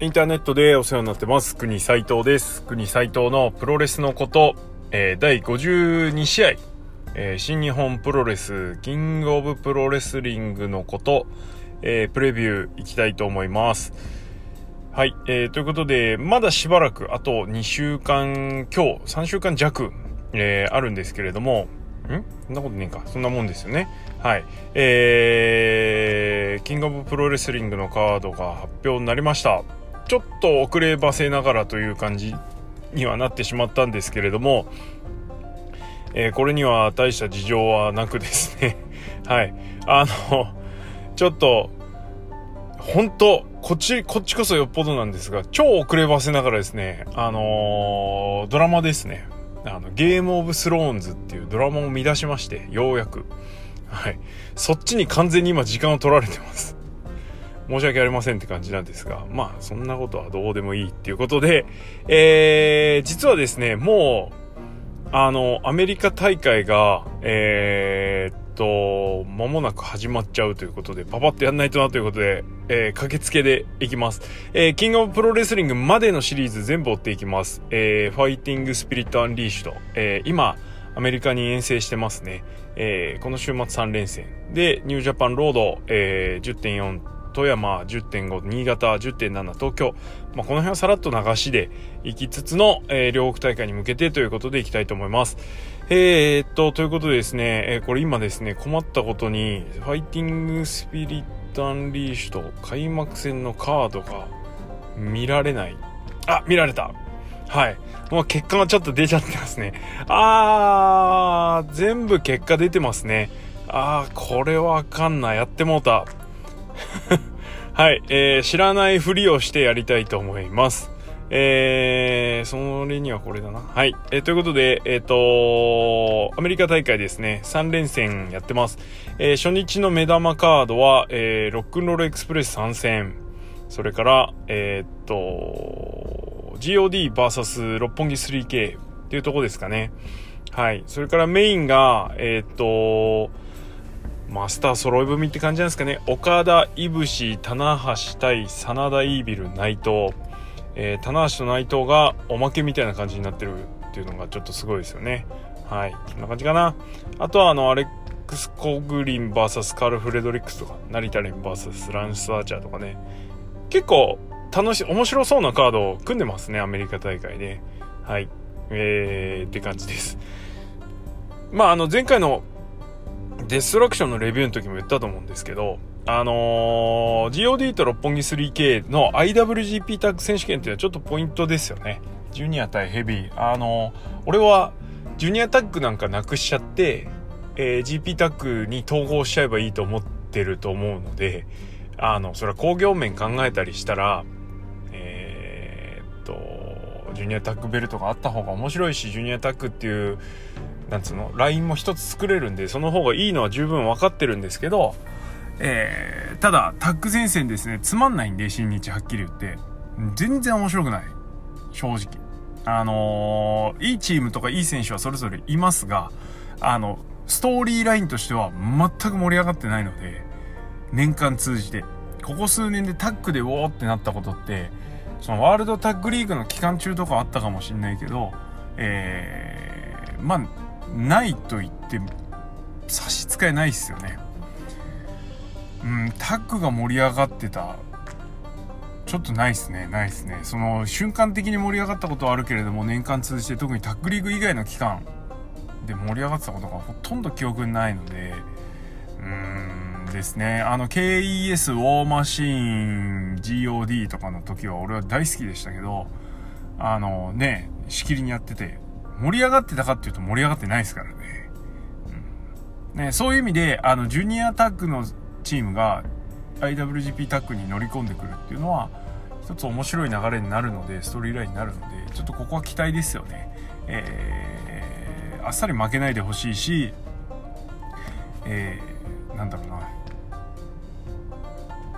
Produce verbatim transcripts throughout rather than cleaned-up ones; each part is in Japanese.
インターネットでお世話になってます国斉藤です。国斉藤のプロレスのこと、えー、だいごじゅうにしあい、えー、新日本プロレスキングオブプロレスリングのこと、えー、プレビューいきたいと思います。はい、えー、ということでまだしばらくあとにしゅうかん強さんしゅうかん弱、えー、あるんですけれども、んそんなことねえかそんなもんですよね。はい、えー、キングオブプロレスリングのカードが発表になりました。ちょっと遅ればせながらという感じにはなってしまったんですけれども、えー、これには大した事情はなくですねはいあのちょっと本当こっちこっちこそよっぽどなんですが、超遅ればせながらですね、あのー、ドラマですね、あのゲームオブスローンズっていうドラマを見出しまして、ようやくはいそっちに完全に今時間を取られてます。申し訳ありませんって感じなんですが、まあそんなことはどうでもいいっていうことで、えー、実はですねもうあのアメリカ大会がえー、っと間もなく始まっちゃうということで、パパッとやんないとなということで、えー、駆けつけでいきます。えー、キングオブプロレスリングまでのシリーズ全部追っていきます。えー、ファイティングスピリットアンリーシュド、えー、今アメリカに遠征してますね。えー、この週末さん連戦でニュージャパンロード、えー、じゅってんよん富山 じゅってんご 新潟 じゅってんなな 東京、まあ、この辺はさらっと流しで行きつつの、えー、両国大会に向けてということでいきたいと思います。えー、っとということでですね、えー、これ今ですね困ったことにファイティングスピリットアンリーシュと開幕戦のカードが見られない。あ、見られた。はい、もう結果がちょっと出ちゃってますね。あー、全部結果出てますね。あー、これはあかんな、やってもうたはい、えー、知らないふりをしてやりたいと思います。えー、それにはこれだな。はい、えー、ということで、えっと、アメリカ大会ですね、さん連戦やってます。えー、初日の目玉カードは、えー、ロックンロールエクスプレス参戦。それから、えー、っと、ジーオーディーブイエス 六本木 スリーケー っていうとこですかね。はい、それからメインが、えー、っと、マスター揃い踏みって感じなんですかね。岡田、いぶし、棚橋対真田イービル、内藤、えー、棚橋と内藤がおまけみたいな感じになってるっていうのがちょっとすごいですよね。はい、こんな感じかな。あとはあのアレックス・コグリン ブイエス カール・フレドリックスとか、成田蓮 ブイエス ランス・アーチャーとかね、結構楽しい面白そうなカードを組んでますね、アメリカ大会で。はい、えー、って感じです。まああの前回のデストラクションのレビューの時も言ったと思うんですけど、あのー、ジーオーディー と六本木 スリーケー の アイダブリュージーピー タッグ選手権っていうのはちょっとポイントですよね。ジュニア対ヘビー、あのー、俺はジュニアタッグなんかなくしちゃって、えー、ジーピー タッグに統合しちゃえばいいと思ってると思うので、あのそれは工業面考えたりしたら、えー、っとジュニアタッグベルトがあった方が面白いし、ジュニアタッグっていうなんつうのラインも一つ作れるんで、その方がいいのは十分分かってるんですけど、えー、ただタッグ戦線ですね、つまんないんで、新日はっきり言って全然面白くない、正直。あのー、いいチームとかいい選手はそれぞれいますが、あのストーリーラインとしては全く盛り上がってないので、年間通じてここ数年でタッグでウォーってなったことって、そのワールドタッグリーグの期間中とかあったかもしれないけど、えー、まあないと言って差し支えないですよね。うん、タッグが盛り上がってた、ちょっとないですね、ないですね。その瞬間的に盛り上がったことはあるけれども、年間通じて特にタッグリーグ以外の期間で盛り上がってたことがほとんど記憶にないので、うーんですね、あの ケーイーエス ウォーマシーン ジーオーディー とかの時は俺は大好きでしたけど、あのねしきりにやってて盛り上がってたかっていうと盛り上がってないですからね。うん、ね、そういう意味であのジュニアタッグのチームが アイダブリュージーピー タッグに乗り込んでくるっていうのは一つ面白い流れになるので、ストーリーラインになるので、ちょっとここは期待ですよね。えー、あっさり負けないでほしいし、えー、なんだろうな、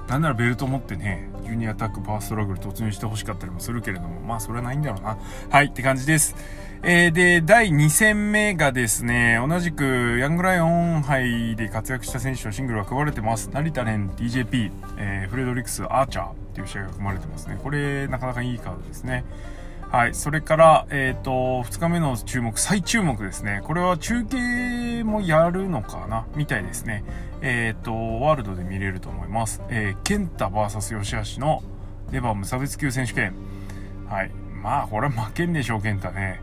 なんならベルト持ってね、ジュニアタックパワーストラグル突入してほしかったりもするけれども、まあそれはないんだろうな。はいって感じです。えー、でだいに戦目がですね、同じくヤングライオン杯で活躍した選手のシングルが組まれてます。成田蓮 ティージェーピー、えー、フレドリックスアーチャーっていう試合が組まれてますね。これなかなかいいカードですね。はい、それから、えっと、ふつかめの注目、最注目ですね。これは中継もやるのかなみたいですね。えっと、ワールドで見れると思います。えー、ケンタ ブイエス 吉橋のレバー無差別級選手権。はい。まあ、これは負けんでしょう、ケンタね。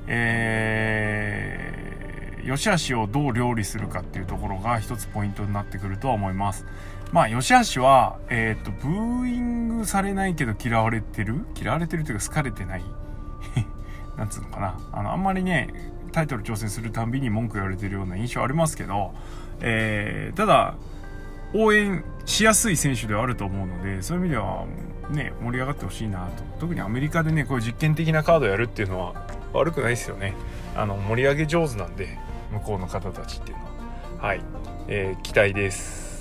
えー、吉橋をどう料理するかっていうところが一つポイントになってくるとは思います。まあ、吉橋は、えっと、ブーイングされないけど嫌われてる嫌われてるというか好かれてないなんつうのかな。あの、あんまりね、タイトル挑戦するたんびに文句言われてるような印象ありますけど、えー、ただ、応援しやすい選手ではあると思うので、そういう意味では、ね、盛り上がってほしいなと。特にアメリカでね、こういう実験的なカードやるっていうのは悪くないですよね。あの、盛り上げ上手なんで、向こうの方たちっていうのは。はい。えー、期待です。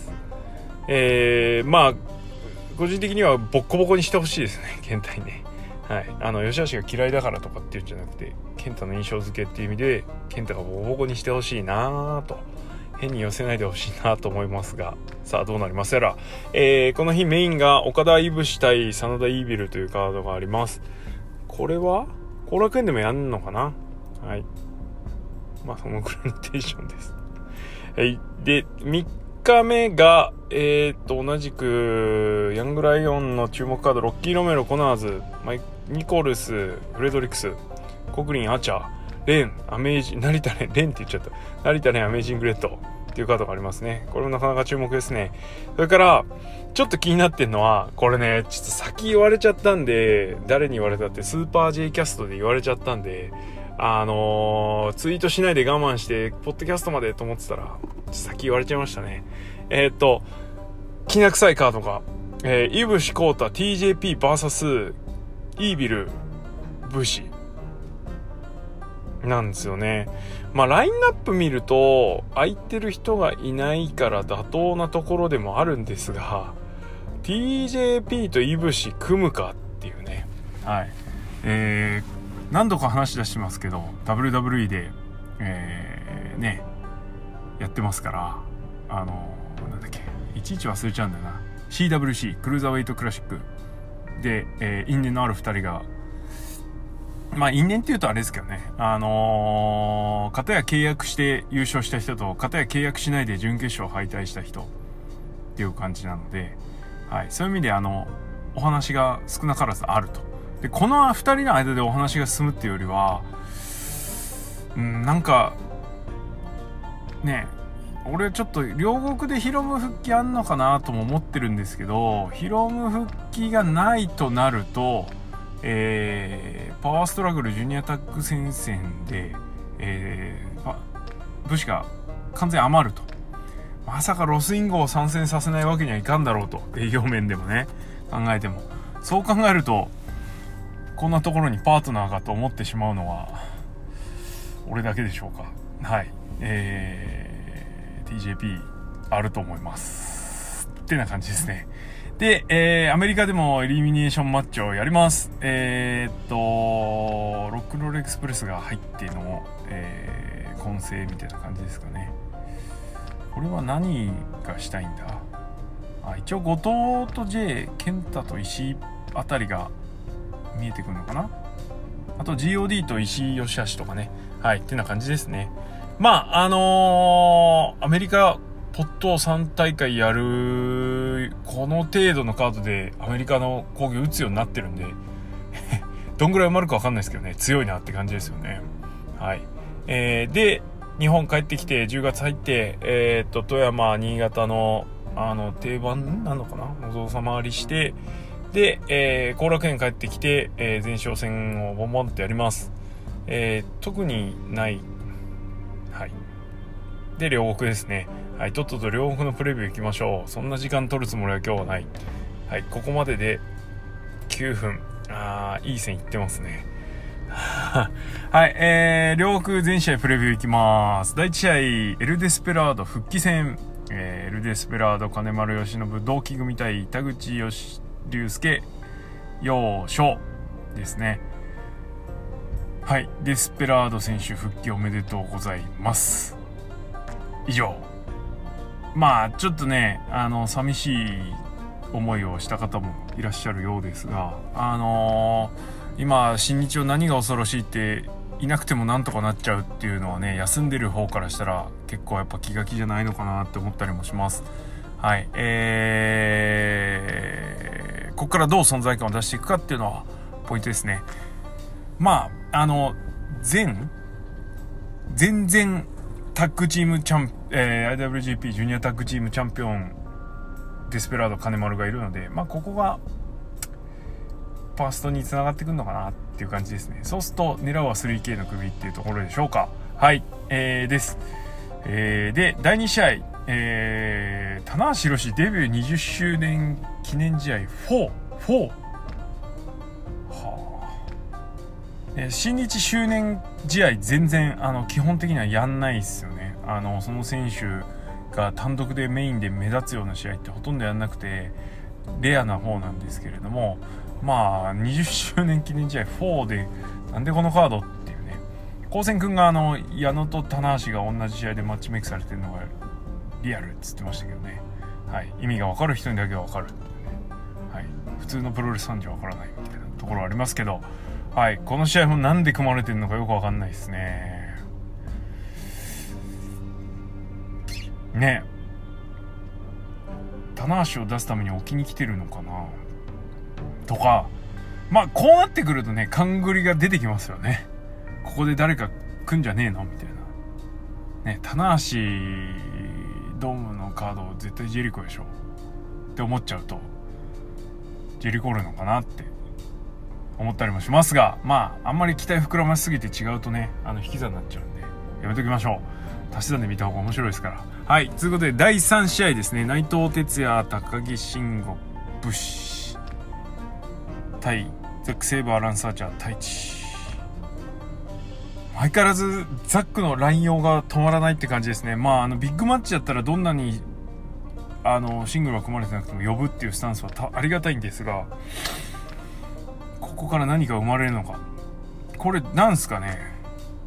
えー、まあ、個人的にはボッコボコにしてほしいですね、ケンタにね。はい、あの吉橋が嫌いだからとかっていうんじゃなくて、ケンタの印象付けっていう意味でケンタがボコボコにしてほしいなと、変に寄せないでほしいなと思いますが、さあどうなりますやら。えー、この日メインが岡田いぶし対真田イービルというカードがあります。これは後楽園でもやんのかな。はい、まあそのくらいのテンションです。はい、でみっかめがえー、っと同じくヤングライオンの注目カード、ロッキー・ロメロ、コナーズ、マイニコルス、フレドリックス、コクリン、アチャー、レン、アメージ成田レン、レンって言っちゃった、成田レン、アメージングレッドっていうカードがありますね。これもなかなか注目ですね。それからちょっと気になってんのは、これね、ちょっと先言われちゃったんで、誰に言われたってスーパー J キャストで言われちゃったんで、あのー、ツイートしないで我慢してポッドキャストまでと思ってたら先言われちゃいましたね。えー、っときな臭いカードが、えー、イブシコータ ティージェーピーブイエス イービル武士なんですよね。まあラインナップ見ると空いてる人がいないから妥当なところでもあるんですが、 ティージェーピー とイブシ組むかっていうね。はい、えー、何度か話し出してますけど ダブリューダブリューイー で、えー、ねやってますから、あのなんだっけ、いちいち忘れちゃうんだよな。 シーダブリューシー クルーザーウェイトクラシックで、えー、因縁のあるふたりが、まあ因縁っていうとあれですけどね、あのー、片や契約して優勝した人と、片や契約しないで準決勝敗退した人っていう感じなので、はい、そういう意味であのお話が少なからずあると。でこのふたりの間でお話が進むっていうよりは、うんなんかね、俺ちょっと両国でヒロム復帰あんのかなとも思ってるんですけど、ヒロム復帰がないとなると、えー、パワーストラグルジュニアタッグ戦線で、えー、武士が完全に余ると。まさかロスインゴを参戦させないわけにはいかんだろうと、営業面でもね考えても、そう考えるとこんなところにパートナーかと思ってしまうのは俺だけでしょうか。はい、えー、ティージェーピー あると思いますってな感じですね。で、えー、アメリカでもエリミネーションマッチをやります。えー、っとロックロールエクスプレスが入っての、えー、混成みたいな感じですかね。これは何がしたいんだ。あ、一応後藤と J、 健太と石井あたりが見えてくるのかな。あと ジーオーディー と石井義橋とかね。はい、ってな感じですね。まああのー、アメリカポットさん大会やるこの程度のカードでアメリカの攻撃打つようになってるんでどんぐらい埋まるか分かんないですけどね、強いなって感じですよね。はい、えー、で日本帰ってきてじゅうがつ入って、えー、っと富山新潟のあの定番なのかな、お父さま回りして、で後、えー、楽園帰ってきて、えー、前哨戦をボンボンってやります。えー、特にない。はい、で両国ですね。はい、とっとと両国のプレビュー行きましょう。そんな時間取るつもりは今日はない。はい、ここまでできゅうふん。あー、いい線いってますね。はい、えー、両国全試合プレビューいきます。だいいち試合エルデスペラード復帰戦、 えー、エル・デスペラード金丸義信同期組対田口義龍介要所ですね。はい、デスペラード選手復帰おめでとうございます。以上。まあちょっとね、あの寂しい思いをした方もいらっしゃるようですが、あのー、今新日を何が恐ろしいっていなくてもなんとかなっちゃうっていうのはね、休んでる方からしたら結構やっぱ気が気じゃないのかなって思ったりもします。はい、えー、ここからどう存在感を出していくかっていうのはポイントですね。まああの全全然タッグチームチャン、えー、アイダブリュージーピー ジュニアタッグチームチャンピオンデスペラード金丸がいるので、まあここがファーストに繋がってくるのかなっていう感じですね。そうすると狙うは スリーケー の首っていうところでしょうか。はい、えー、です、えー、でだいに試合、えー、棚橋宏デビューにじゅっしゅうねん記念試合よん よんはあ、えー、新日周年試合全然あの基本的にはやんないですよね。あのその選手が単独でメインで目立つような試合ってほとんどやんなくてレアな方なんですけれども、まあにじゅっしゅうねん記念試合よんでなんでこのカードっていうね。高専くんがあの矢野と棚橋が同じ試合でマッチメイクされてるのがリアルっつってましたけどね。はい、意味が分かる人にだけは分かるっていうね。はい、普通のプロレスファンじゃ分からないみたいなところありますけど、はい、この試合もなんで組まれてるのかよく分かんないですね。ね、棚橋を出すために置きに来てるのかなとか、まあこうなってくるとね、勘繰りが出てきますよね。ここで誰か来んじゃねえのみたいなね。棚橋ドームのカード絶対ジェリコでしょって思っちゃうとジェリコールのかなって思ったりもしますが、まああんまり期待膨らましすぎて違うとね、あの引き算になっちゃうんでやめときましょう。足し算で見た方が面白いですから。はい、ということでだいさん試合ですね。内藤哲也高木慎吾ブッシュ対ザック・セイバーランサーチャー太一。相変わらずザックの乱用が止まらないって感じですね。まああのビッグマッチだったらどんなにあのシングルが組まれてなくても呼ぶっていうスタンスはありがたいんですが、ここから何か生まれるのか。これなんすかね。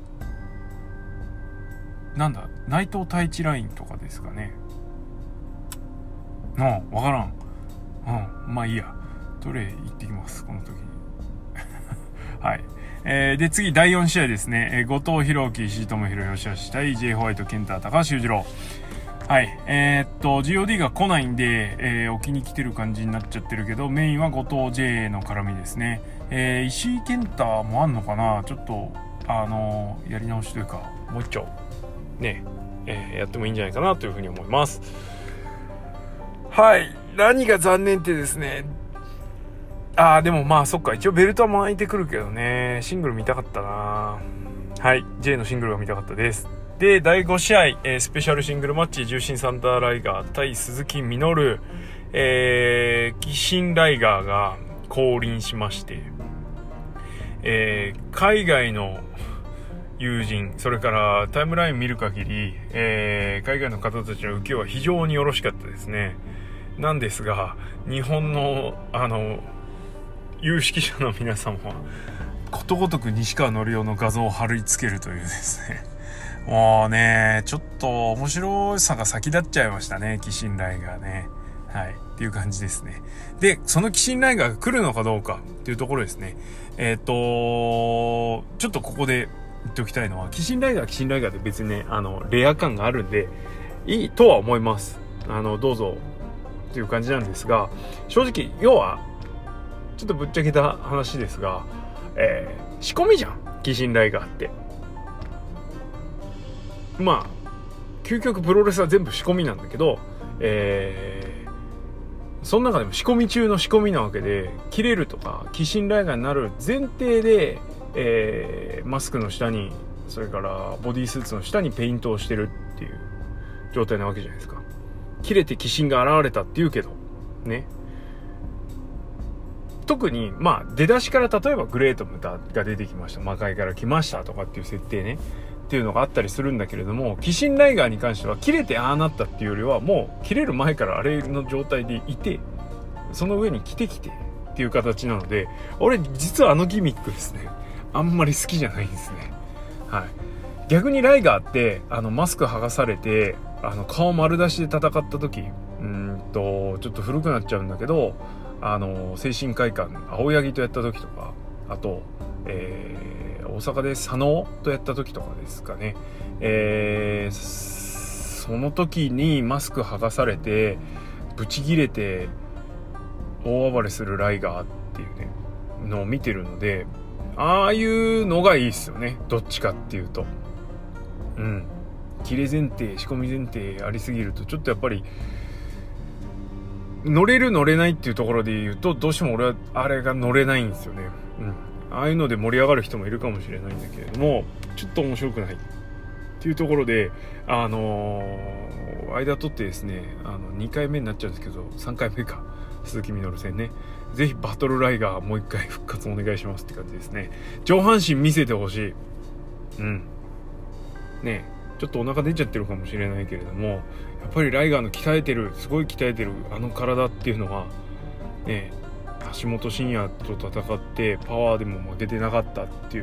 なんだ内藤太一ラインとかですかね。うん、わからん。うん、まあいいや。トレイ行ってきますこの時に。はい。えー、で次だいよん試合ですね。えー、後藤弘樹、石井智弘、吉橋対 J ホワイト、健太、高橋裕次郎。はい。えー、っと ジーオーディー が来ないんで、えー、置きに来てる感じになっちゃってるけど、メインは後藤 J の絡みですね。えー、石井健太もあんのかな。ちょっとあのー、やり直しというかもう一丁ね、えー、やってもいいんじゃないかなというふうに思います。はい。何が残念ってですね、あーでもまあそっか、一応ベルトは巻いてくるけどね、シングル見たかったな。はい、 J のシングルが見たかったです。でだいご試合、えー、スペシャルシングルマッチ、重心サンダーライガー対鈴木みのる、えー、キシンライガーが降臨しまして、えー、海外の友人、それからタイムライン見る限り、えー、海外の方たちの受けは非常によろしかったですね。なんですが、日本のあの有識者の皆様はことごとく西川のりおの画像を貼り付けるというですね、もうねちょっと面白さが先立っちゃいましたね、キシンライガーね。はいっていう感じですね。でそのキシンライガーが来るのかどうかっていうところですね。えっとちょっとここで言っておきたいのは、キシンライガーはキシンライガーで別にね、あのレア感があるんでいいとは思います。あのどうぞっていう感じなんですが、正直要はちょっとぶっちゃけた話ですが、えー、仕込みじゃんキシンライガーって。まあ究極プロレスは全部仕込みなんだけど、えー、その中でも仕込み中の仕込みなわけで、切れるとかキシンライガーになる前提で、えー、マスクの下に、それからボディスーツの下にペイントをしてるっていう状態なわけじゃないですか。切れてキシンが現れたっていうけどね。特にまあ出だしから例えばグレートムタが出てきました、魔界から来ましたとかっていう設定ね。 っていうのがあったりするんだけれども、キシンライガーに関しては切れてああなったっていうよりは、もう切れる前からあれの状態でいて、その上に着てきてっていう形なので、俺実はあのギミックですね、あんまり好きじゃないんですね。はい。逆にライガーってあのマスク剥がされてあの顔丸出しで戦った時、うーんとちょっと古くなっちゃうんだけど、あの精神科医館青柳とやった時とか、あと、えー、大阪で佐野とやった時とかですかね、えー、その時にマスク剥がされてブチギレて大暴れするライガーっていうねのを見てるので、ああいうのがいいですよね、どっちかっていうと。うん、切れ前提仕込み前提ありすぎるとちょっとやっぱり乗れる乗れないっていうところで言うと、どうしても俺はあれが乗れないんですよね。うん、ああいうので盛り上がる人もいるかもしれないんだけれども、ちょっと面白くないっていうところで、あのー、間取ってですね、あのにかいめになっちゃうんですけど、さんかいめか、鈴木みのる戦ね、ぜひバトルライガーもう一回復活お願いしますって感じですね。上半身見せてほしい。うんね、ちょっとお腹出ちゃってるかもしれないけれども、やっぱりライガーの鍛えてるすごい鍛えてるあの体っていうのはね、橋本真也と戦ってパワーでも負けてなかったっていう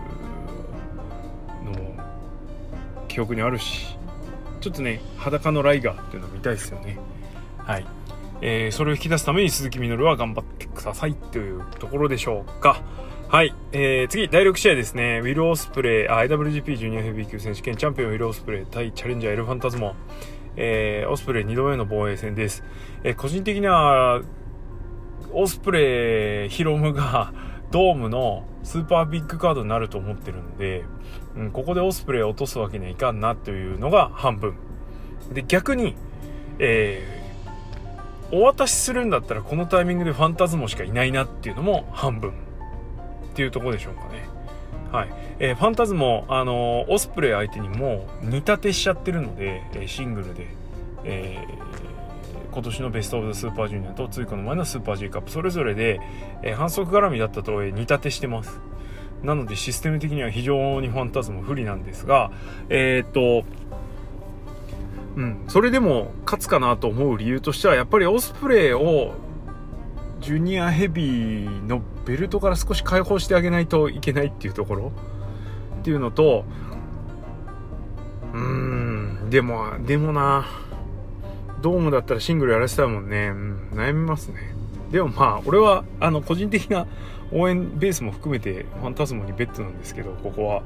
のも記憶にあるし、ちょっとね裸のライガーっていうのを見たいですよね。はい、えー、それを引き出すために鈴木みのるは頑張ってくださいというところでしょうか。はい、えー、次だいろく試合ですね。ウィル・オスプレイ アイダブリュージーピー ジュニアヘビー級選手権チャンピオンウィル・オスプレイ対チャレンジャーエルファンタズモ、えー、オスプレイにどめの防衛戦です。えー、個人的にはオスプレイヒロムがドームのスーパービッグカードになると思ってるので、うん、ここでオスプレイを落とすわけにはいかんなというのが半分で、逆に、えー、お渡しするんだったらこのタイミングでファンタズモしかいないなっていうのも半分っていうところでしょうかね。はい、えー、ファンタズモ、あのー、オスプレイ相手にも似立てしちゃってるので、えー、シングルで、えー、今年のベストオブザスーパージュニアと追加の前のスーパー G カップそれぞれで、えー、反則絡みだったと、えー、似立てしてます。なのでシステム的には非常にファンタズモ不利なんですが、えー、っとうん、それでも勝つかなと思う理由としては、やっぱりオスプレイをジュニアヘビーのベルトから少し解放してあげないといけないっていうところっていうのと、うーんでもでもなドームだったらシングルやらせたいもんね、うん、悩みますね。でもまあ俺はあの個人的な応援ベースも含めてファンタズモにベッドなんですけど、ここは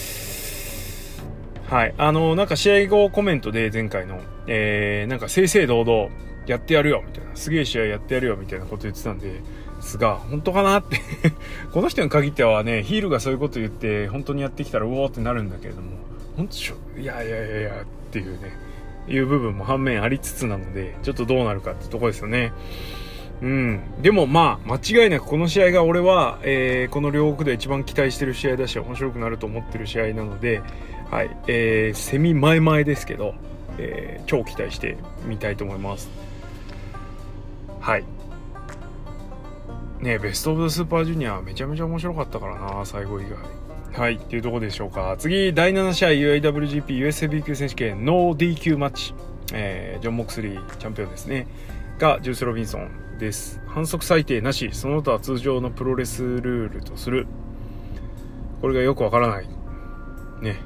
はい、あのなんか試合後コメントで前回の、えー、なんか正々堂々やってやるよみたいな、すげえ試合やってやるよみたいなこと言ってたんですが、本当かなってこの人に限ってはね、ヒールがそういうこと言って本当にやってきたらうおーってなるんだけれども、本当しょいやいやいやいやっていうねいう部分も反面ありつつなので、ちょっとどうなるかってとこですよね。うん、でもまあ間違いなくこの試合が俺は、えー、この両国で一番期待してる試合だし面白くなると思ってる試合なので、はい、えー、セミ前々ですけど、えー、超期待してみたいと思います。はいね、ベストオブザスーパージュニアめちゃめちゃ面白かったからな、最後以外。はいっていうところでしょうか。次だいなな試合 ユーエーダブリュージーピー ユーエスヘビー級選手権ノー ディーキュー マッチ、えー、ジョン・モクスリーチャンピオンですねがジュース・ロビンソンです。反則裁定なし、その他は通常のプロレスルールとする。これがよくわからないね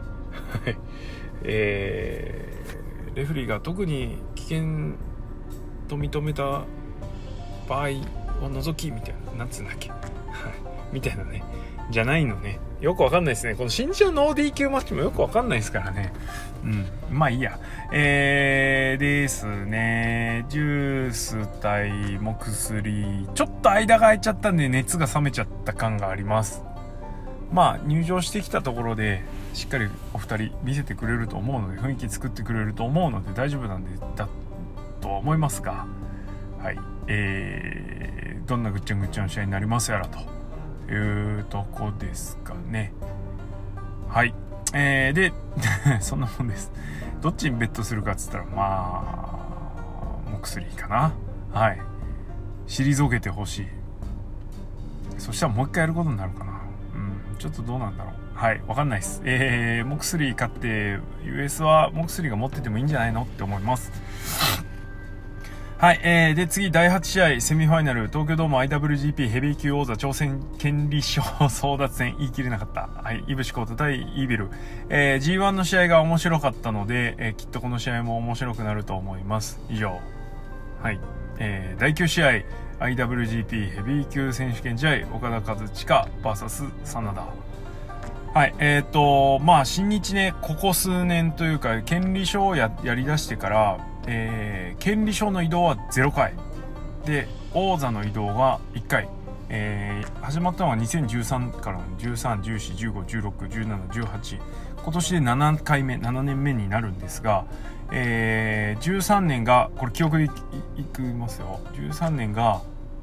えー、レフェリーが特に危険と認めた場合を除きみたいな、なんつうんだっけみたいなね、じゃないのね。よくわかんないですね。この新人の ノー ディーキュー マッチもよくわかんないですからね。うん、まあいいや。えー、ですね。ジュース対モクスリー、ちょっと間が空いちゃったんで熱が冷めちゃった感があります。まあ入場してきたところでしっかりお二人見せてくれると思うので、雰囲気作ってくれると思うので大丈夫なんでだと思いますが、はい、えー、どんなぐっちゃんぐっちゃんの試合になりますやらというとこですかね。はい、えー、でそんなもんです。どっちにベットするかっつったら、まあモクスリーかな。はい、退けてほしい。そしたらもう一回やることになるかな。うん、ちょっとどうなんだろう。 はい、わかんないです。えー、モクスリー勝って ユーエス はモクスリーが持っててもいいんじゃないのって思います。はい、えー、で次だいはち試合セミファイナル東京ドーム アイダブリュージーピー ヘビー級王座挑戦権利賞争奪戦言い切れなかった。はい、イブシコート対イービル、えー、ジーワン の試合が面白かったので、えー、きっとこの試合も面白くなると思います。以上。はい、えー、だいきゅう試合 アイダブリュージーピー ヘビー級選手権試合岡田和親 ブイエス 真田。はい、えっ、ー、とまあ新日ね、ここ数年というか権利賞を や, やり出してから、えー、権利賞の移動はゼロかいで王座の移動がいっかい、えー、始まったのはにせんじゅうさんからのじゅうさん、じゅうよん、じゅうご、じゅうろく、じゅうなな、じゅうはち、今年でななかいめななねんめになるんですが、えー、じゅうさんねんがこれ記憶で い, い, いきますよ。じゅうさんねんが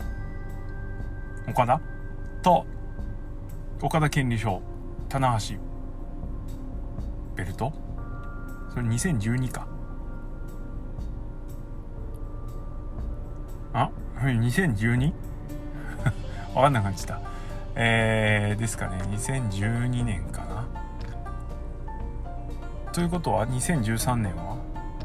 岡田と岡田権利賞棚橋ベルト、それにせんじゅうにかあにせんじゅうに わかんなくなっちゃった。えー、ですかね、にせんじゅうにねんかな。ということはにせんじゅうさんねんは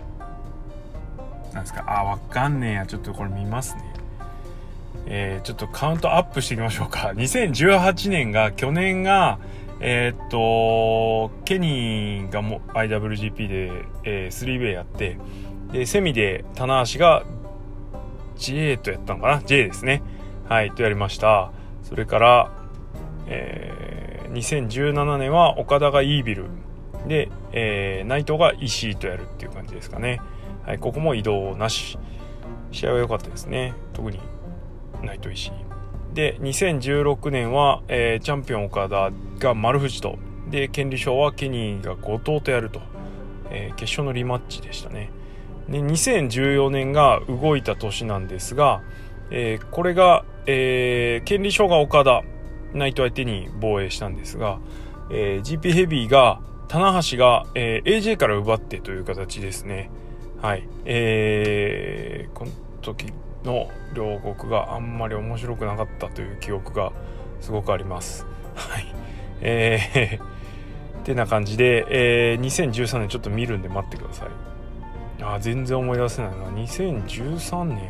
なんですか。あ、わかんねえや。ちょっとこれ見ますね。えー、ちょっとカウントアップしていきましょうか。にせんじゅうはちねんが、去年がえー、っとケニーがも アイダブリュージーピー で、えー、スリーウェイやって、でセミで棚橋が ジェイ とやったのかな、 ジェイ ですね。はいとやりました。それから、えー、にせんじゅうななねんは岡田がイービルで、えー、内藤が石井とやるっていう感じですかね。はい、ここも移動なし、試合は良かったですね。特に内藤石井で、にせんじゅうろくねんは、えー、チャンピオン岡田が丸藤と、で権利賞はケニーが後藤とやると、えー、決勝のリマッチでしたね。でにせんじゅうよねんが動いた年なんですが、えー、これが、えー、権利賞が岡田、内藤相手に防衛したんですが、えー、ジーピー ヘビーが棚橋が、えー、エージェー から奪ってという形ですね。はい、えー、この時の両国があんまり面白くなかったという記憶がすごくあります。はい、えー、ってな感じで、えー、にせんじゅうさんねんちょっと見るんで待ってください。あ、全然思い出せないな。にせんじゅうさんねん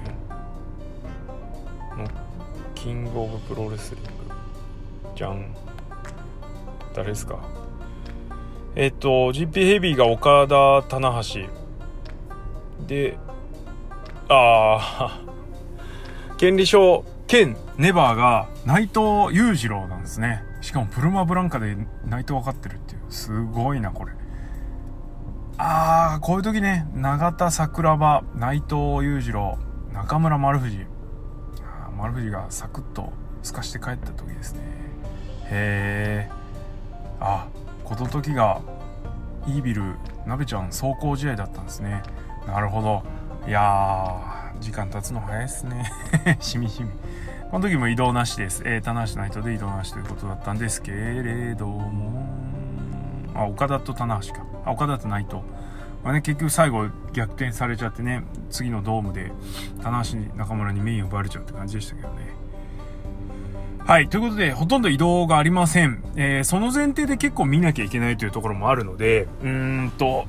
のキングオブプロレスリングじゃん、誰ですか。えっと ジーピー ヘビーが岡田棚橋で、ああ権利賞兼ネバーが内藤裕次郎なんですね。しかもプルマブランカで内藤分かってるっていう、すごいなこれ。ああこういう時ね、永田桜庭、内藤裕次郎、中村丸藤、あ丸藤がサクッとすかして帰った時ですね。へえ、あこの時がイービルなべちゃん走行試合だったんですね。なるほど。いやー時間経つの早いですねしみしみ。この時も移動なしです、えー、棚橋内藤で移動なしということだったんですけれども、あ岡田と棚橋か、あ岡田と内藤、まあね、結局最後逆転されちゃってね、次のドームで棚橋中村にメインを奪われちゃうって感じでしたけどね。はいということでほとんど移動がありません、えー、その前提で結構見なきゃいけないというところもあるので、うーんと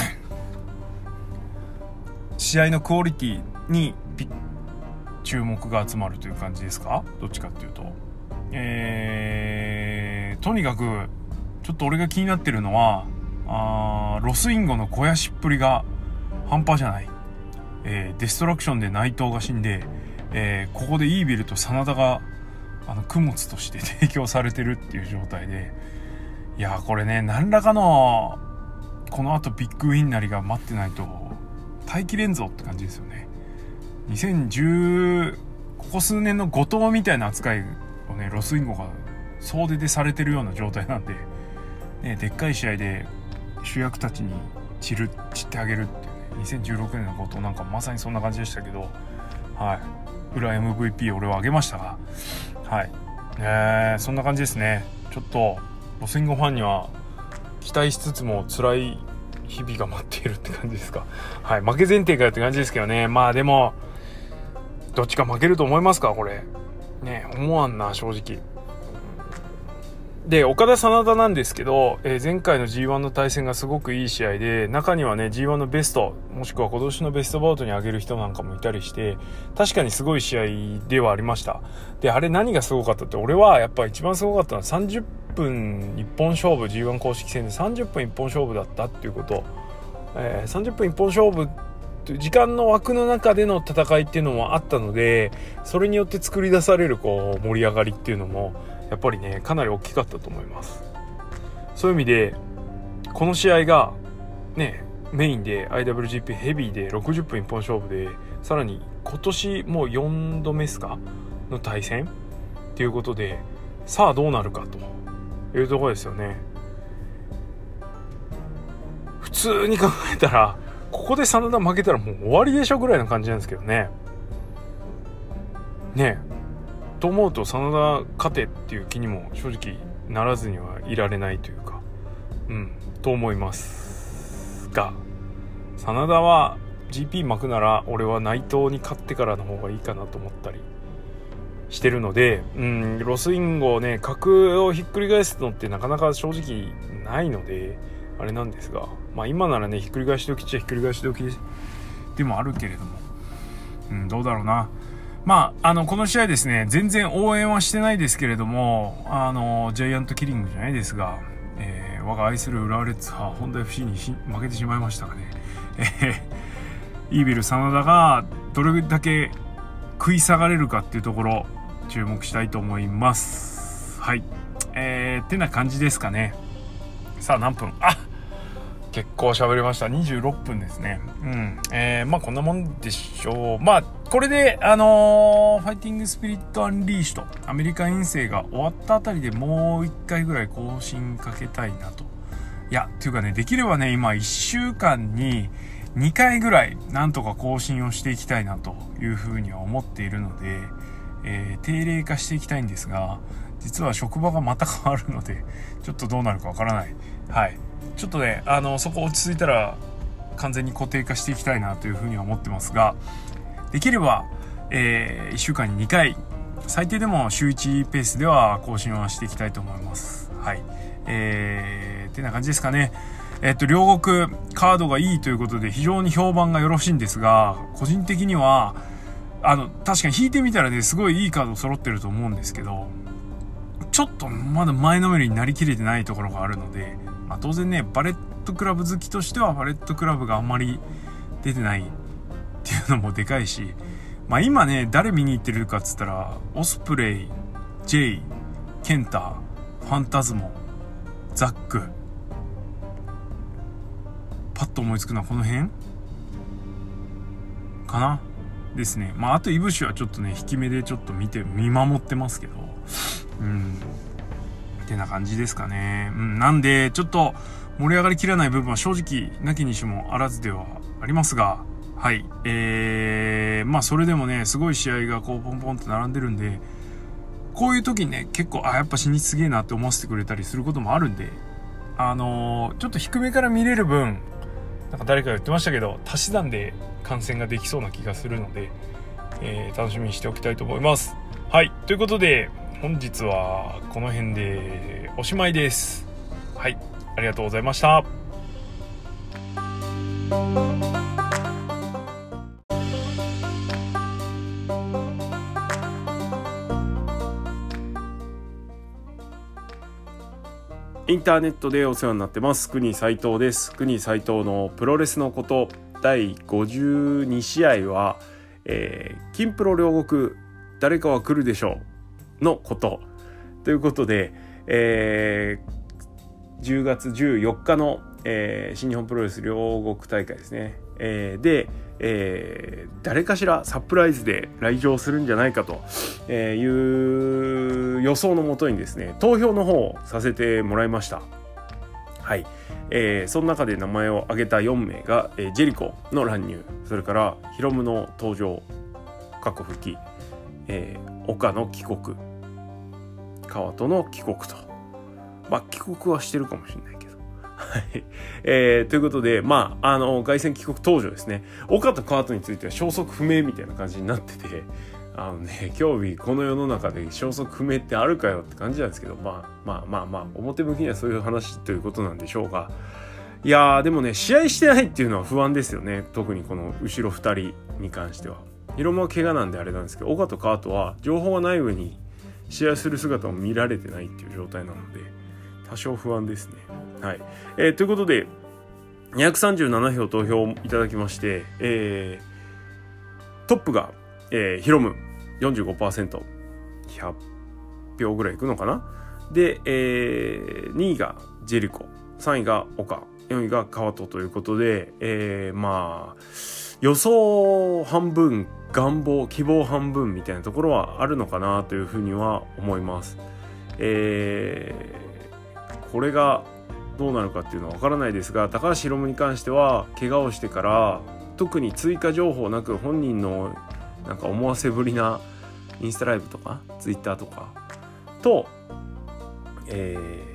試合のクオリティに注目が集まるという感じですか。どっちかっていうと、えー、とにかくちょっと俺が気になってるのは、あロスインゴの肥やしっぷりが半端じゃない、えー、デストラクションで内藤が死んで、えー、ここでイービルと真田があの供物として提供されてるっていう状態で、いやーこれね、何らかのこの後ビッグウィンなりが待ってないと耐えきれんぞって感じですよね。にせんじゅうここ数年の後藤みたいな扱いをね、ロスインゴが総出でされてるような状態なんで、ね、でっかい試合で主役たちに散る散ってあげるっていうね、にせんじゅうろくねんの後藤なんかまさにそんな感じでしたけど、はい、裏 エムブイピー 俺はあげましたが、はい、えー、そんな感じですね。ちょっとロスインゴファンには期待しつつも辛い日々が待っているって感じですか。はい、負け前提かよって感じですけどね。まあでもどっちか負けると思いますかこれね。思わんな正直。 で岡田真田なんですけど、えー、前回の ジーワン の対戦がすごくいい試合で、中にはね ジーワン のベストもしくは今年のベストバウトに上げる人なんかもいたりして、確かにすごい試合ではありました。であれ何がすごかったって、俺はやっぱ一番すごかったのはさんじゅっぷん一本勝負、 ジーワン 公式戦でさんじゅっぷん一本勝負だったっていうこと、えー、さんじゅっぷん一本勝負時間の枠の中での戦いっていうのもあったので、それによって作り出されるこう盛り上がりっていうのもやっぱりねかなり大きかったと思います。そういう意味でこの試合がねメインで アイダブリュージーピー ヘビーでろくじゅっぷん一本勝負で、さらに今年もうよんどめですかの対戦っていうことで、さあどうなるかというところですよね。普通に考えたらここで真田負けたらもう終わりでしょぐらいの感じなんですけどね。ねえと思うと真田勝てっていう気にも正直ならずにはいられないというか、うんと思いますが、真田は ジーピー 巻くなら俺は内藤に勝ってからの方がいいかなと思ったりしてるので、うん、ロスインゴをね角をひっくり返すのってなかなか正直ないのであれなんですが、まあ今ならねひっくり返し時っちゃひっくり返し時でもあるけれども、うん、どうだろうな。まあ、あのこの試合ですね全然応援はしてないですけれども、あのジャイアントキリングじゃないですが、えー、我が愛する浦和レッズはホンダ エフシー に負けてしまいましたがね、えー、イービル真田がどれだけ食い下がれるかっていうところ注目したいと思います。はい、えー、ってな感じですかね。さあ何分、あ結構喋りました。にじゅうろっぷんですね。うん。えー、まあこんなもんでしょう。まあこれであのー、ファイティングスピリットアンリーシュとアメリカ遠征が終わったあたりでもういっかいぐらい更新かけたいなと。いやっていうかね、できればね今いっしゅうかんににかいぐらいなんとか更新をしていきたいなというふうには思っているので、えー、定例化していきたいんですが、実は職場がまた変わるのでちょっとどうなるかわからない。はい。ちょっとねあのそこ落ち着いたら完全に固定化していきたいなというふうには思ってますが、できれば、えー、いっしゅうかんににかい最低でも週いちペースでは更新はしていきたいと思います。はい、えー、ってな感じですかね。えっと両国カードがいいということで非常に評判がよろしいんですが、個人的にはあの確かに引いてみたらねすごいいいカード揃ってると思うんですけど、ちょっとまだ前のめりになりきれてないところがあるので、まあ、当然ねバレットクラブ好きとしてはバレットクラブがあんまり出てないっていうのもでかいし、まあ今ね誰見に行ってるかっつったらオスプレイ、ジェイ、ケンタ、ファンタズモ、ザック、パッと思いつくのはこの辺かなですね。まああとイブシはちょっとね引き目でちょっと見て見守ってますけど、うんってな感じですかね。うん、なんでちょっと盛り上がりきらない部分は正直なきにしもあらずではありますが、はい、えー、まあそれでもねすごい試合がこうポンポンと並んでるんで、こういう時にね結構あやっぱ新日すげえなって思わせてくれたりすることもあるんで、あのー、ちょっと低めから見れる分なんか誰かが言ってましたけど足し算で観戦ができそうな気がするので、えー、楽しみにしておきたいと思います。はい、ということで本日はこの辺でおしまいです。はい、ありがとうございました。インターネットでお世話になってます国斉藤です。国斉藤のプロレスのことだいごじゅうにしあいは、えー、金プロ両国誰かは来るでしょうのことということで、えー、じゅうがつじゅうよっかの、えー、新日本プロレス両国大会ですね、えー、で、えー、誰かしらサプライズで来場するんじゃないかという予想のもとにですね投票の方をさせてもらいました。はい、えー、その中で名前を挙げたよんめいが、えー、ジェリコの乱入、それからヒロムの登場過去復帰、えー、岡の帰国、川戸の帰国と、まあ帰国はしてるかもしれないけどはい、えー、ということでまああの凱旋帰国登場ですね。岡と川戸については消息不明みたいな感じになってて、 あのね競技この世の中で消息不明ってあるかよって感じなんですけど、まあまあまあまあ表向きにはそういう話ということなんでしょうが、いやーでもね試合してないっていうのは不安ですよね。特にこの後ろふたりに関しては。ヒロムは怪我なんであれなんですけど、岡とカートは情報がない上に試合する姿を見られてないっていう状態なので多少不安ですね。はい、えー、ということでにひゃくさんじゅうななひょう投票いただきまして、えー、トップが、えー、ヒロム よんじゅうごパーセント、ひゃくひょうぐらいいくのかな。で、えー、にいがジェリコ、さんいが岡、よんいが川戸ということで、えー、まあ予想半分願望希望半分みたいなところはあるのかなというふうには思います。えー、これがどうなるかっていうのは分からないですが、高橋宏夢に関しては怪我をしてから特に追加情報なく本人のなんか思わせぶりなインスタライブとかツイッターとかと、え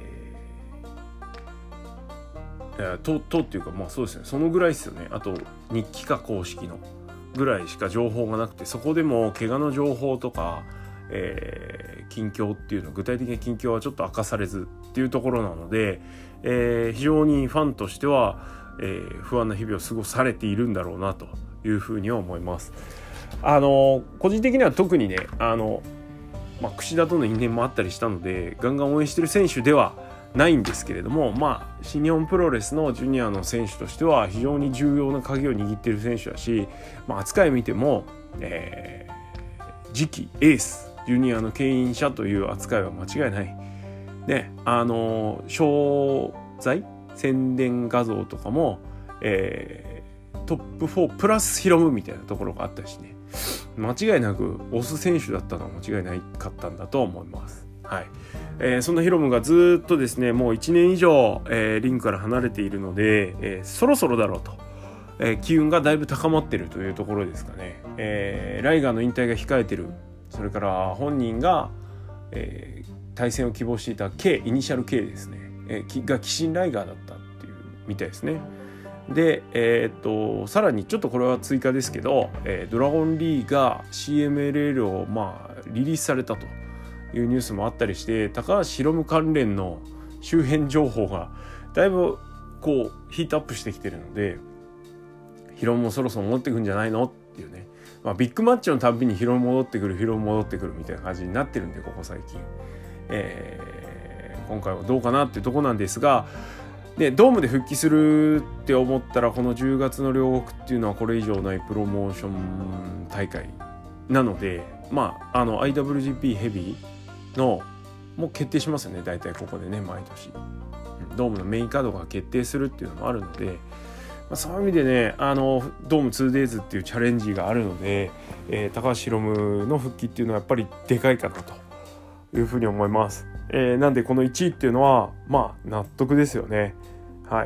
ー、ととっていうかまあそうですね、そのぐらいですよね。あと日記か公式のぐらいしか情報がなくて、そこでも怪我の情報とか、えー、近況っていうの具体的な近況はちょっと明かされずっていうところなので、えー、非常にファンとしては、えー、不安な日々を過ごされているんだろうなというふうには思います。あの個人的には特にねあの、まあ、櫛田との因縁もあったりしたのでガンガン応援してる選手ではないんですけれども、まあ新日本プロレスのジュニアの選手としては非常に重要な鍵を握っている選手だし、まあ、扱い見ても、えー、次期エースジュニアの牽引者という扱いは間違いないね。あの商材宣伝画像とかも、えー、トップフォープラスヒロムみたいなところがあったしね、間違いなく推す選手だったのは間違いないかったんだと思います。はい、えー、そんなヒロムがずっとですねもういちねん以上、えー、リングから離れているので、えー、そろそろだろうと、えー、機運がだいぶ高まっているというところですかね。えー、ライガーの引退が控えてる、それから本人が、えー、対戦を希望していた K イニシャル K ですね、えー、がキシンライガーだったっていうみたいですね。で、えー、っとさらにちょっとこれは追加ですけど、えー、ドラゴンリーが シーエムエルエル をまあリリースされたというニュースもあったりして、高橋宏夢関連の周辺情報がだいぶこうヒートアップしてきてるので、ヒロムもそろそろ戻ってくんじゃないのっていうね、まあ、ビッグマッチのたびにヒロム戻ってくるヒロム戻ってくるみたいな感じになってるんで、ここ最近、えー、今回はどうかなっていうところなんですが、でドームで復帰するって思ったらこのじゅうがつの両国っていうのはこれ以上ないプロモーション大会なので、まああの アイダブリュージーピー ヘビーのもう決定しますよね、大体ここでね毎年ドームのメインカードが決定するっていうのもあるので、まあ、そういう意味でねあのドーム ツーデイズ っていうチャレンジがあるので、えー、高橋宏夢の復帰っていうのはやっぱりでかいかなというふうに思います。えー、なんでこのいちいっていうのはまあ納得ですよね。はい、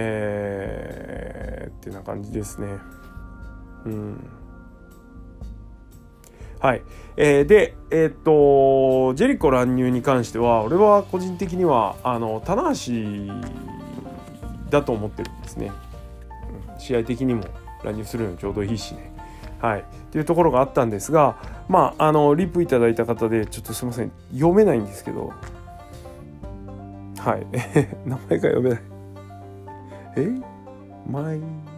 えー、ってな感じですね。うんはい、えー、でえー、っとジェリコ乱入に関しては俺は個人的にはあの棚橋だと思ってるんですね、うん、試合的にも乱入するのにちょうどいいしね、はいっていうところがあったんですが、まああのリプいただいた方でちょっとすいません読めないんですけど、はい名前が読めないえマイ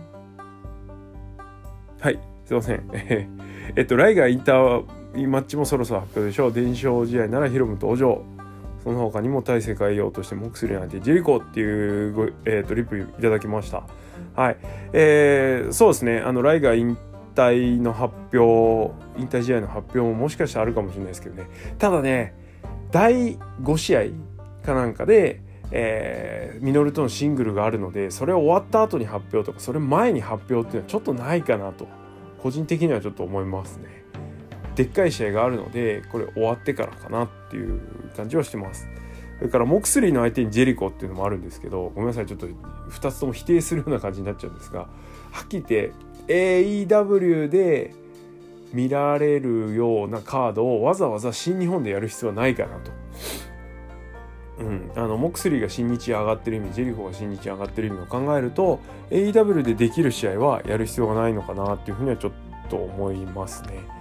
はいすいませんえっとライガーインターマッチもそろそろ発表でしょう。伝承試合ならヒロム登場、その他にも体制変えようとしてモクスリーなんてジェリコっていうご、えー、とリプいただきました。はい、えー、そうですね、あのライガー引退の発表引退試合の発表ももしかしたらあるかもしれないですけどね、ただねだいごしあいかなんかでえー、ミノルとのシングルがあるので、それ終わった後に発表とかそれ前に発表っていうのはちょっとないかなと個人的にはちょっと思いますね。でっかい試合があるのでこれ終わってからかなっていう感じはしてます。それからモクスリーの相手にジェリコっていうのもあるんですけど、ごめんなさいちょっとふたつとも否定するような感じになっちゃうんですが、はっきり言って エーイーダブリュー で見られるようなカードをわざわざ新日本でやる必要はないかなと。うん、あのモクスリーが新日上がってる意味、ジェリコが新日上がってる意味を考えると エーイーダブリュー でできる試合はやる必要がないのかなっていうふうにはちょっと思いますね。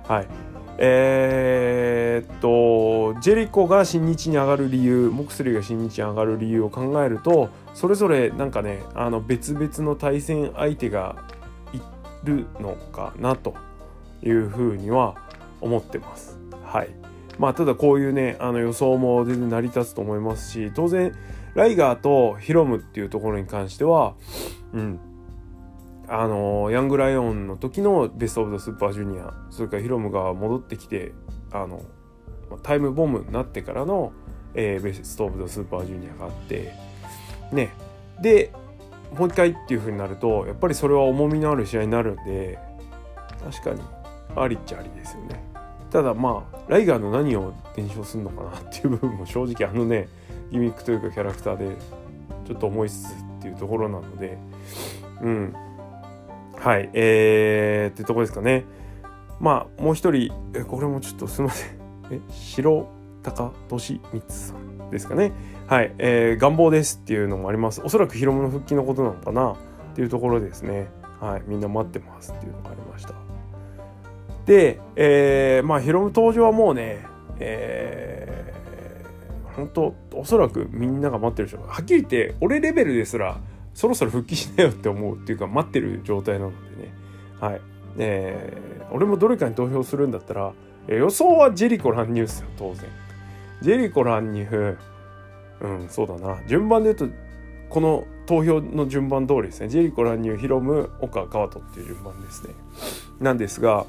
はい。えー、っとジェリコが新日に上がる理由、モクスリーが新日に上がる理由を考えると、それぞれなんかね、あの別々の対戦相手がいるのかなというふうには思ってます。はい。まあただこういうね、あの予想も全然成り立つと思いますし、当然ライガーとヒロムっていうところに関しては、うんあのヤングライオンの時のベストオブザスーパージュニア、それからヒロムが戻ってきてあのタイムボムになってからの、えー、ベストオブザスーパージュニアがあってね、でもう一回っていう風になるとやっぱりそれは重みのある試合になるんで、確かにありっちゃありですよね。ただまあライガーの何を伝承するのかなっていう部分も正直あのねギミックというかキャラクターでちょっと思いつつっていうところなので、うんはいえーってとこですかね。まあもう一人えこれもちょっとすいませんえ白高俊光さんですかね。はい、えー、願望ですっていうのもあります。おそらくヒロムの復帰のことなのかなっていうところですね。はい、みんな待ってますっていうのがありました。で、えー、まあヒロム登場はもうね、えー、本当おそらくみんなが待ってるでしょう。はっきり言って俺レベルですらそろそろ復帰しなよって思うっていうか待ってる状態なのでね。はい。えー、俺もどれかに投票するんだったら、えー、予想はジェリコ乱入ですよ、当然。ジェリコ乱入、うん、そうだな。順番で言うと、この投票の順番通りですね。ジェリコ乱入、ヒロム、岡、川戸っていう順番ですね。なんですが、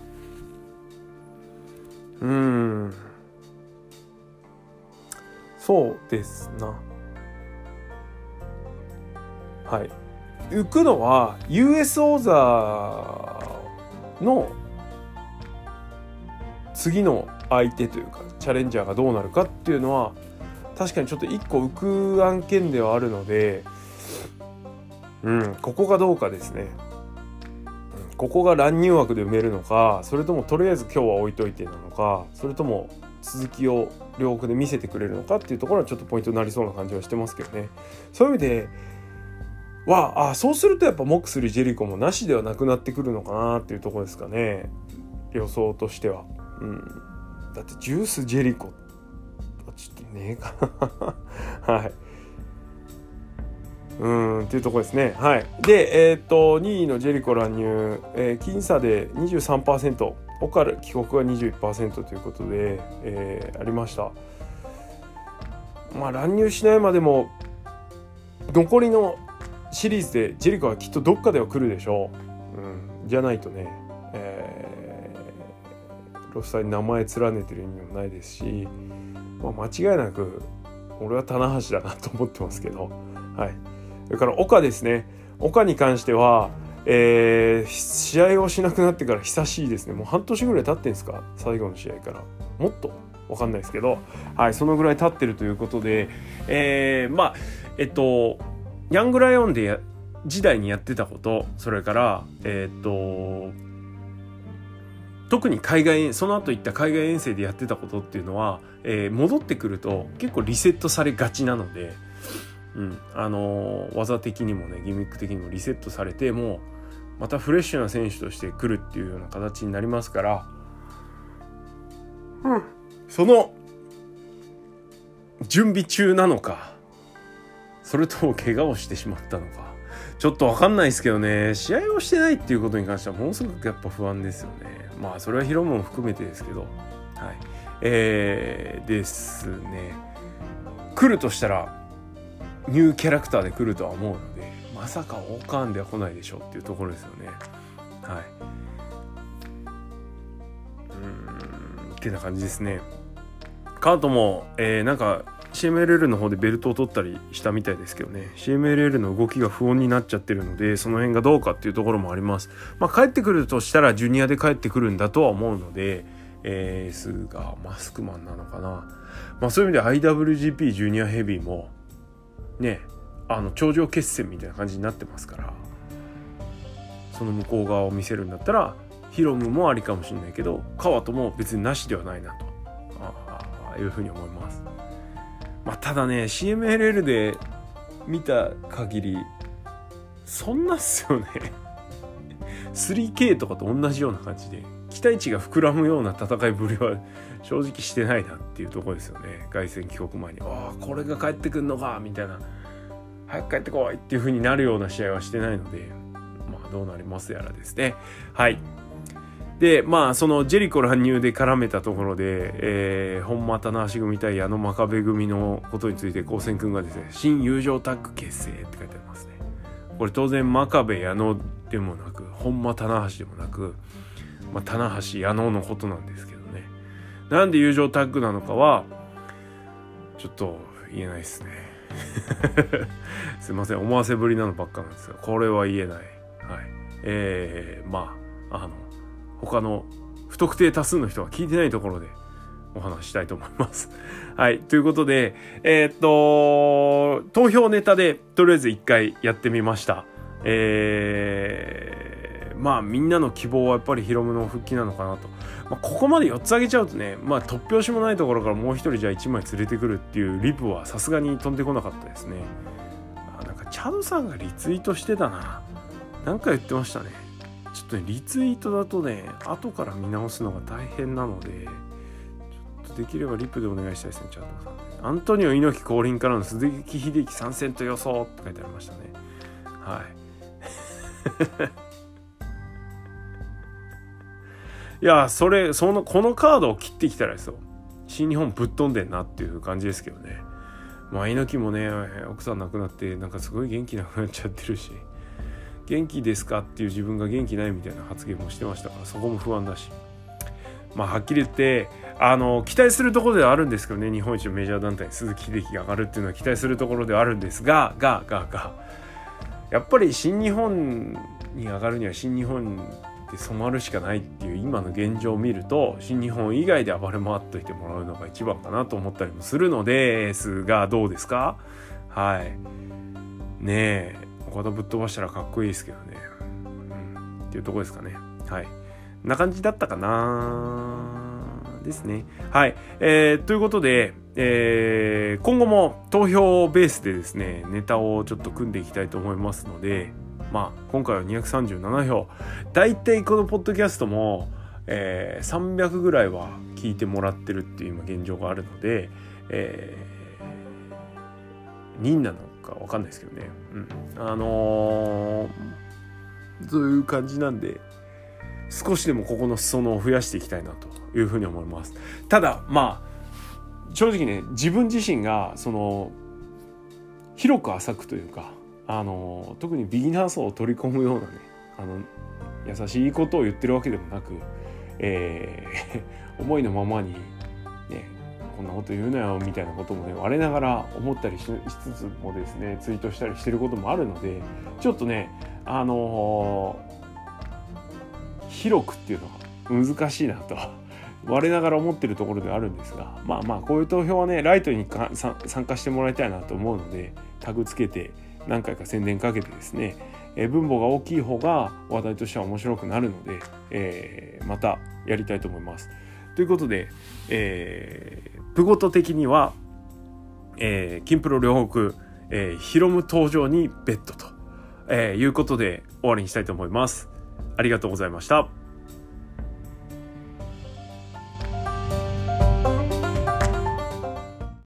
うーん、そうですな。はい、浮くのは ユーエス 王座の次の相手というかチャレンジャーがどうなるかっていうのは確かにちょっと一個浮く案件ではあるので、うん、ここがどうかですね。ここが乱入枠で埋めるのか、それともとりあえず今日は置いといてなのか、それとも続きを両国で見せてくれるのかっていうところはちょっとポイントになりそうな感じはしてますけどね。そういう意味ではあそうするとやっぱモックスリージェリコもなしではなくなってくるのかなっていうところですかね、予想としては。うん、だってジュースジェリコはちょっとねえかなはい、うーんっていうところですね。はい。でえっ、ー、とにいのジェリコ乱入、えー、僅差で にじゅうさんパーセント、オカル帰国が にじゅういちパーセント ということで、えー、ありました。まあ乱入しないまでも残りのシリーズでジェリコはきっとどっかでは来るでしょう、うん、じゃないとね、えー、ロスターに名前連ねてる意味もないですし、まあ、間違いなく俺は棚橋だなと思ってますけど、はい。それから岡ですね。岡に関しては、えー、試合をしなくなってから久しいですね。もう半年ぐらい経ってんですか、最後の試合から。もっと分かんないですけど、はい、そのぐらい経ってるということで、えー、まあえっとヤングライオンでや時代にやってたこと、それからえー、っと特に海外その後行った海外遠征でやってたことっていうのは、えー、戻ってくると結構リセットされがちなので、うんあのー、技的にもねギミック的にもリセットされて、もうまたフレッシュな選手として来るっていうような形になりますから、うん、その準備中なのか、それとも怪我をしてしまったのかちょっと分かんないですけどね。試合をしてないっていうことに関してはものすごくやっぱ不安ですよね。まあそれはヒロムも含めてですけど、はいえー、ですね。来るとしたらニューキャラクターで来るとは思うので、まさかオーカーンでは来ないでしょうっていうところですよね。はい。うーんってな感じですね。カートも、えー、なんかシーエムエルエル の方でベルトを取ったりしたみたいですけどね、 シーエムエルエル の動きが不穏になっちゃってるので、その辺がどうかっていうところもあります。まあ帰ってくるとしたらジュニアで帰ってくるんだとは思うので、えー、すがマスクマンなのかな。まあそういう意味で アイダブリュージーピー ジュニアヘビーもね、あの頂上決戦みたいな感じになってますから、その向こう側を見せるんだったらヒロムもありかもしれないけど、川戸も別になしではないなとあいうふうに思います。まあ、ただね シーエムエルエル で見た限りそんなっすよねスリーケー とかと同じような感じで期待値が膨らむような戦いぶりは正直してないなっていうところですよね。凱旋帰国前にああこれが帰ってくんのかみたいな、早く帰ってこいっていう風になるような試合はしてないので、まあどうなりますやらですね。はい。でまあそのジェリコ乱入で絡めたところで、えー、本間棚橋組対矢野真壁組のことについて高専くんがですね、新友情タッグ結成って書いてありますね。これ当然真壁矢野でもなく本間棚橋でもなく、まあ、棚橋矢野のことなんですけどね、なんで友情タッグなのかはちょっと言えないですねすいません、思わせぶりなのばっかなんですが、これは言えない。はい。えー、まああの他の不特定多数の人が聞いてないところでお話したいと思います。はい。ということで、えー、っと、投票ネタでとりあえず一回やってみました。えー、まあみんなの希望はやっぱりヒロムの復帰なのかなと。まあ、ここまでよっつ上げちゃうとね、まあ突拍子もないところからもう一人じゃあいちまい連れてくるっていうリプはさすがに飛んでこなかったですね。あ、なんかチャドさんがリツイートしてたな。なんか言ってましたね。ちょっとね、リツイートだとね、後から見直すのが大変なので、ちょっとできればリプでお願いしたいですね、チャドさん。アントニオ猪木降臨からの鈴木秀樹参戦と予想って書いてありましたね。はい。いや、それ、その、このカードを切ってきたらですよ、新日本ぶっ飛んでんなっていう感じですけどね。まあ、猪木もね、奥さん亡くなって、なんかすごい元気なくなっちゃってるし、元気ですかっていう自分が元気ないみたいな発言もしてましたから、そこも不安だし。まあ、はっきり言って、あの、期待するところではあるんですけどね、日本一のメジャー団体に鈴木秀樹が上がるっていうのは期待するところではあるんですが、が、が、が、やっぱり新日本に上がるには新日本で染まるしかないっていう今の現状を見ると、新日本以外で暴れ回っといてもらうのが一番かなと思ったりもするのですが、どうですか？はい。ねえ、岡田ぶっ飛ばしたらかっこいいですけどね。うん、っていうとこですかね。はい。こんな感じだったかなですね。はい。えー、ということで、えー、今後も投票ベースでですね、ネタをちょっと組んでいきたいと思いますので、まあ、今回はにひゃくさんじゅうななひょう。大体このポッドキャストも、えー、さんびゃくぐらいは聞いてもらってるっていう今現状があるので、えー、人なのかわかんないですけどね。うん。あのー、そういう感じなんで、少しでもここの裾野を増やしていきたいなというふうに思います。ただ、まあ、正直ね、自分自身が、その、広く浅くというか、あの、特にビギナー層を取り込むようなね、あの、優しいことを言ってるわけでもなく、えー、思いのままに、ね、こんなこと言うなよみたいなこともね、我ながら思ったりしつつもですね、ツイートしたりしてることもあるので、ちょっとね、あのー、広くっていうのは難しいなと我ながら思ってるところではあるんですが、まあまあこういう投票はね、ライトにか参加してもらいたいなと思うので、タグつけて何回か宣伝かけてですね、えー、分母が大きい方が話題としては面白くなるので、えー、またやりたいと思います。ということで、えー、プゴト的には、えー、キンプロ両国、えー、ヒロム登場にベッドと、えー、いうことで終わりにしたいと思います。ありがとうございました。